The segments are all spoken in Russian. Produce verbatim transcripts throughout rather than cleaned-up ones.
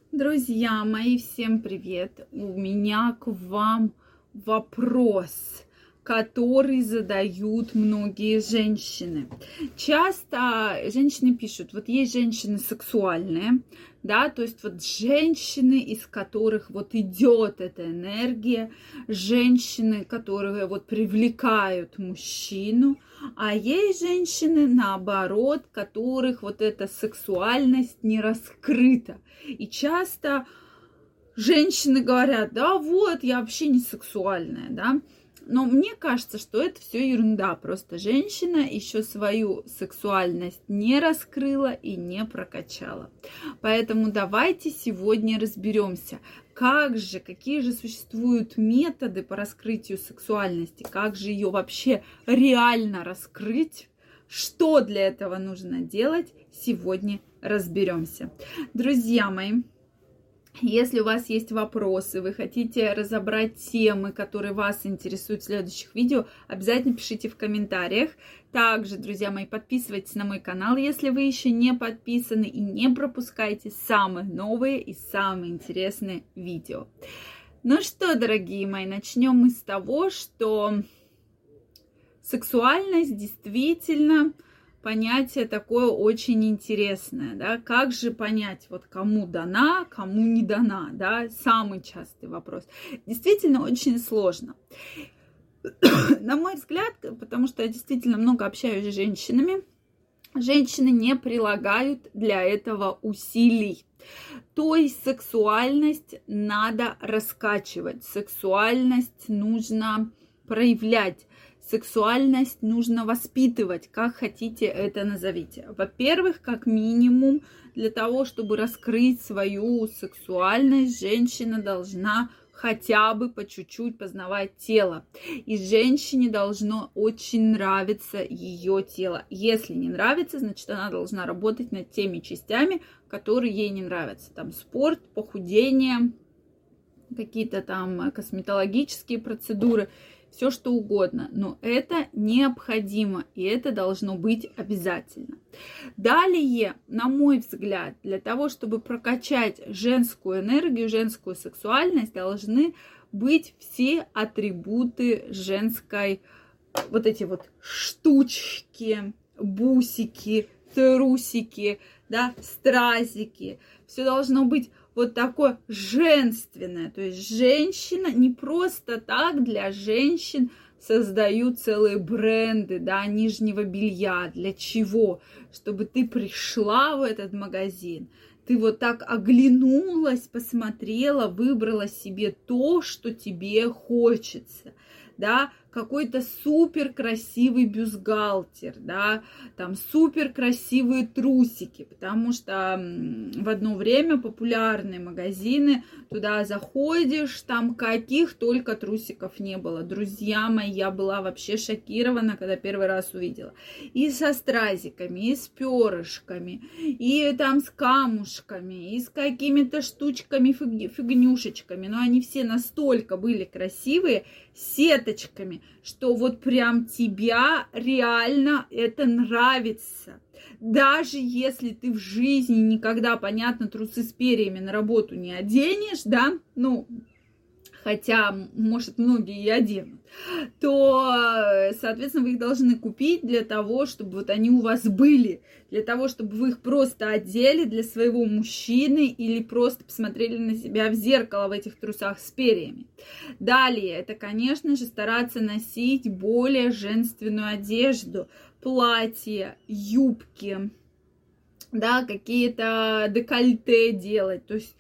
Друзья мои, всем привет! У меня к вам вопрос, который задают многие женщины. Часто женщины пишут, вот есть женщины сексуальные, да, то есть вот женщины, из которых вот идет эта энергия, женщины, которые вот привлекают мужчину, а есть женщины, наоборот, которых вот эта сексуальность не раскрыта. И часто женщины говорят, да вот, я вообще не сексуальная, да. Но мне кажется, что это все ерунда. Просто женщина еще свою сексуальность не раскрыла и не прокачала. Поэтому давайте сегодня разберемся, как же, какие же существуют методы по раскрытию сексуальности, как же ее вообще реально раскрыть, что для этого нужно делать, сегодня разберемся. Друзья мои, если у вас есть вопросы, вы хотите разобрать темы, которые вас интересуют в следующих видео, обязательно пишите в комментариях. Также, друзья мои, подписывайтесь на мой канал, если вы еще не подписаны, и не пропускайте самые новые и самые интересные видео. Ну что, дорогие мои, начнем мы с того, что сексуальность действительно понятие такое очень интересное, да, как же понять, вот кому дана, кому не дана, да, самый частый вопрос. Действительно очень сложно. На мой взгляд, потому что я действительно много общаюсь с женщинами, женщины не прилагают для этого усилий. То есть сексуальность надо раскачивать, сексуальность нужно проявлять. Сексуальность нужно воспитывать, как хотите это назовите. Во-первых, как минимум, для того, чтобы раскрыть свою сексуальность, женщина должна хотя бы по чуть-чуть познавать тело. И женщине должно очень нравиться ее тело. Если не нравится, значит, она должна работать над теми частями, которые ей не нравятся. Там спорт, похудение, какие-то там косметологические процедуры. Все что угодно, но это необходимо, и это должно быть обязательно. Далее, на мой взгляд, для того, чтобы прокачать женскую энергию, женскую сексуальность, должны быть все атрибуты женской, вот эти вот штучки, бусики, трусики, да, стразики. Все должно быть вот такое женственное. То есть женщина не просто так для женщин создают целые бренды, да, нижнего белья. Для чего? Чтобы ты пришла в этот магазин, ты вот так оглянулась, посмотрела, выбрала себе то, что тебе хочется, да, какой-то супер красивый бюстгальтер, да, там супер красивые трусики, потому что в одно время популярные магазины, туда заходишь, там каких только трусиков не было. Друзья мои, я была вообще шокирована, когда первый раз увидела. И со стразиками, и с перышками, и там с камушками, и с какими-то штучками, фигнюшечками, но они все настолько были красивые, сеточками, что вот прям тебя реально это нравится. Даже если ты в жизни никогда, понятно, трусы с перьями на работу не оденешь, да, ну, хотя, может, многие и оденут, то, соответственно, вы их должны купить для того, чтобы вот они у вас были, для того, чтобы вы их просто одели для своего мужчины или просто посмотрели на себя в зеркало в этих трусах с перьями. Далее, это, конечно же, стараться носить более женственную одежду, платья, юбки, да, какие-то декольте делать, то есть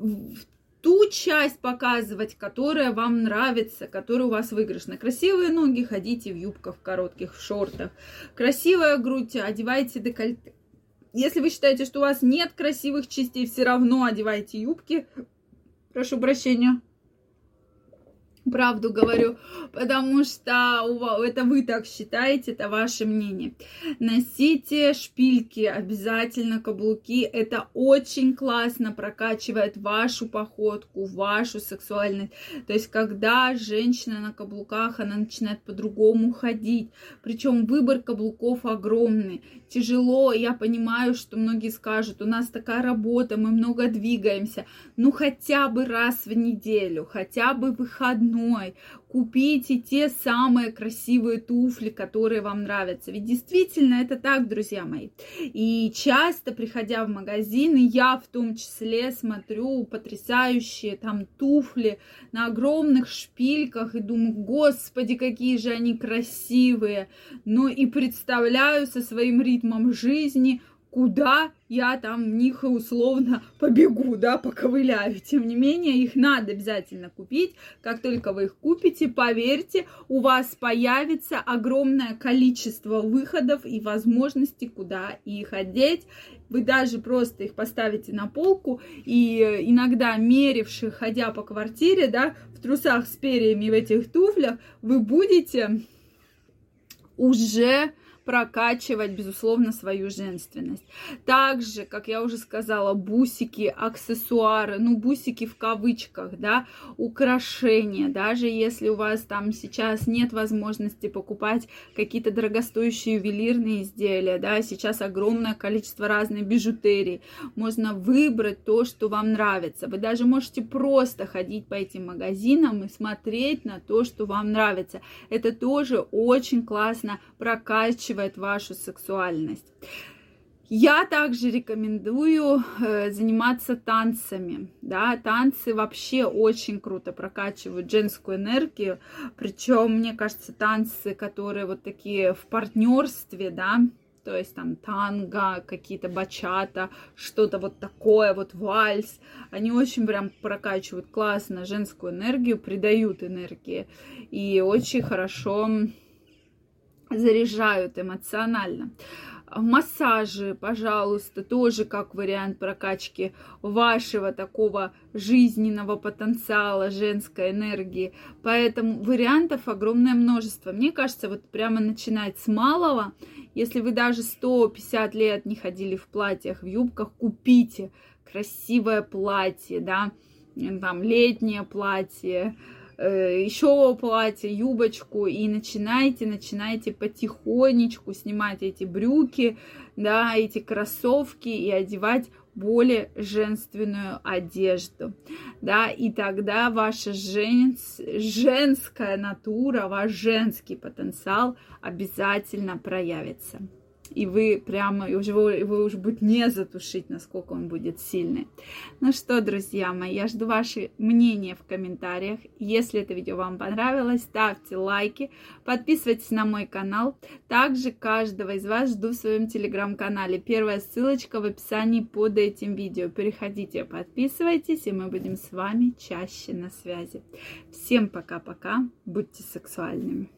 ту часть показывать, которая вам нравится, которая у вас выигрышна. Красивые ноги, ходите в юбках, в коротких, в шортах. Красивая грудь, одевайте декольте. Если вы считаете, что у вас нет красивых частей, все равно одевайте юбки. Прошу прощения. Правду говорю, потому что это вы так считаете, это ваше мнение. Носите шпильки, обязательно каблуки. Это очень классно прокачивает вашу походку, вашу сексуальность. То есть, когда женщина на каблуках, она начинает по-другому ходить. Причем выбор каблуков огромный. Тяжело, я понимаю, что многие скажут, у нас такая работа, мы много двигаемся. Ну, хотя бы раз в неделю, хотя бы выходной. Купите те самые красивые туфли, которые вам нравятся. Ведь действительно это так, друзья мои. И часто, приходя в магазины, я в том числе смотрю потрясающие там туфли на огромных шпильках и думаю, господи, какие же они красивые. Ну и представляю со своим ритмом жизни, куда я там в них условно побегу, да, поковыляю. Тем не менее, их надо обязательно купить. Как только вы их купите, поверьте, у вас появится огромное количество выходов и возможностей, куда их одеть. Вы даже просто их поставите на полку, и иногда меривших, ходя по квартире, да, в трусах с перьями в этих туфлях, вы будете уже прокачивать, безусловно, свою женственность. Также, как я уже сказала, бусики, аксессуары, ну, бусики в кавычках, да, украшения, даже если у вас там сейчас нет возможности покупать какие-то дорогостоящие ювелирные изделия, да, сейчас огромное количество разной бижутерии, можно выбрать то, что вам нравится. Вы даже можете просто ходить по этим магазинам и смотреть на то, что вам нравится. Это тоже очень классно прокачивает вашу сексуальность. Я также рекомендую э, заниматься танцами. Да? Танцы вообще очень круто прокачивают женскую энергию. Причем, мне кажется, танцы, которые вот такие в партнерстве, да, то есть там танго, какие-то бачата, что-то вот такое, вот вальс, они очень прям прокачивают классно женскую энергию, придают энергии и очень хорошо заряжают эмоционально. Массажи, пожалуйста, тоже как вариант прокачки вашего такого жизненного потенциала, женской энергии. Поэтому вариантов огромное множество. Мне кажется, вот прямо начинать с малого. Если вы даже сто пятьдесят лет не ходили в платьях, в юбках, купите красивое платье, да, там летнее платье, еще платье, юбочку, и начинайте, начинайте потихонечку снимать эти брюки, да, эти кроссовки и одевать более женственную одежду, да, и тогда ваша женс... женская натура, ваш женский потенциал обязательно проявится. И вы прямо, и уже, вы уже будет не затушить, насколько он будет сильный. Ну что, друзья мои, я жду ваше мнение в комментариях. Если это видео вам понравилось, ставьте лайки, подписывайтесь на мой канал. Также каждого из вас жду в своем телеграм-канале. Первая ссылочка в описании под этим видео. Переходите, подписывайтесь, и мы будем с вами чаще на связи. Всем пока-пока, будьте сексуальными.